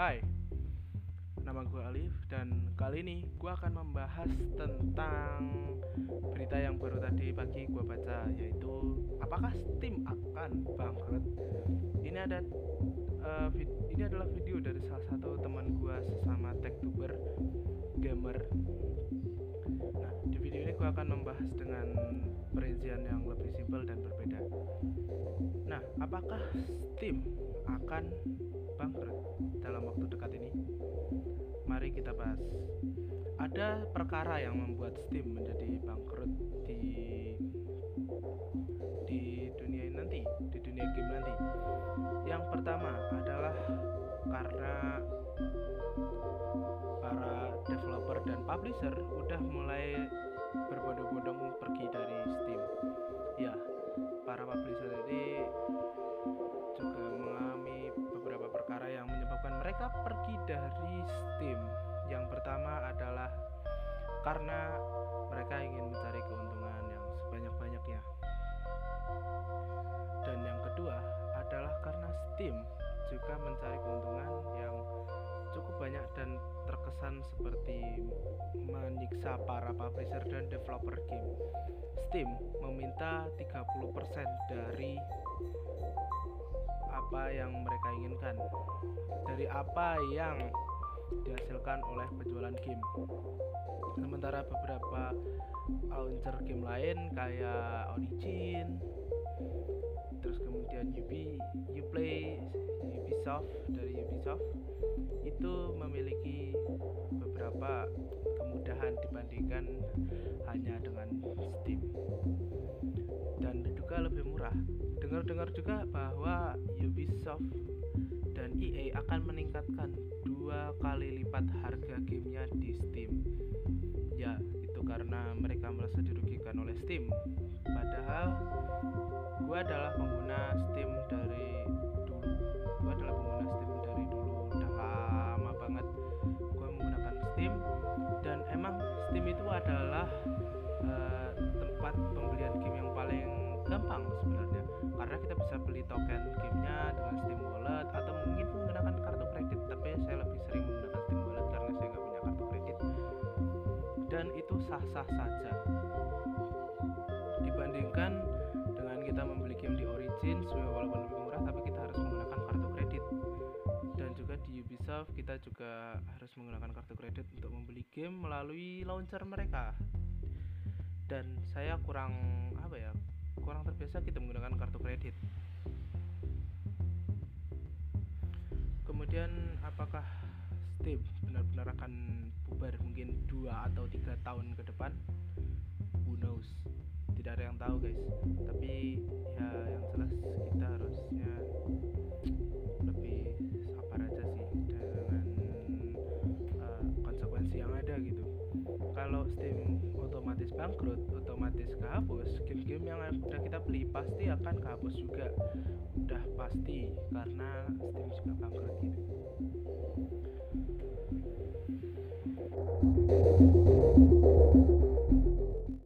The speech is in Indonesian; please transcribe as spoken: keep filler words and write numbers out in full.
Hai, nama gue Alif dan kali ini gue akan membahas tentang berita yang baru tadi pagi gue baca, yaitu apakah Steam akan bangkrut. Ini ada uh, vid- ini adalah video dari salah satu teman gue sesama techtuber gamer. Nah, di video ini gue akan membahas dengan perincian yang lebih simpel dan berbeda. Nah, apakah Steam akan bangkrut dalam waktu dekat ini? Mari kita bahas. Ada perkara yang membuat Steam menjadi bangkrut di di dunia ini nanti, di dunia game nanti. Yang pertama adalah karena para developer dan publisher udah mulai berbondong-bondong pergi dari Steam. Ya, para publisher ini juga mengalami beberapa perkara yang menyebabkan mereka pergi dari Steam. Yang pertama adalah karena mereka ingin mencari keuntungan yang sebanyak-banyaknya. Dan yang kedua adalah karena Steam juga mencari keuntungan yang cukup banyak dan terkesan seperti menyiksa para publisher dan developer game. Steam meminta tiga puluh persen dari apa yang mereka inginkan, dari apa yang dihasilkan oleh penjualan game. Sementara beberapa launcher game lain kayak Origin, terus kemudian Ubi, Uplay, Ubisoft dari Ubisoft itu memiliki beberapa kemudahan dibandingkan hanya dengan Steam, dan juga lebih murah. Dengar-dengar juga bahwa Ubisoft dan E A akan meningkatkan dua kali lipat harga gamenya di Steam. Ya, itu karena mereka merasa dirugikan oleh Steam. Padahal gue adalah pengguna Steam dari dulu. Gue adalah pengguna Steam dari dulu. Udah lama banget gue menggunakan Steam. Dan emang Steam itu adalah uh, tempat pembelian game yang paling gampang sebenarnya, karena kita bisa beli token gamenya dengan Steam Wallet atau mungkin menggunakan kartu kredit. Tapi saya lebih sering menggunakan Steam Wallet karena saya nggak punya kartu kredit, dan itu sah-sah saja dibandingkan dengan kita membeli game di Origin walaupun lebih murah, tapi kita harus menggunakan kartu kredit. Dan juga di Ubisoft kita juga harus menggunakan kartu kredit untuk membeli game melalui launcher mereka, dan saya kurang apa ya kurang terbiasa kita menggunakan kartu kredit. Kemudian apakah Steam benar-benar akan bubar mungkin dua atau tiga tahun ke depan? Who knows? Tidak ada yang tahu guys. Tapi ya yang jelas kita harusnya lebih sabar aja sih dengan uh, konsekuensi yang ada gitu. Kalau Steam otomatis bangkrut, otomatis kehapus, game-game yang udah kita beli pasti akan kehapus juga. Udah pasti, karena Steam juga bangkrut gitu.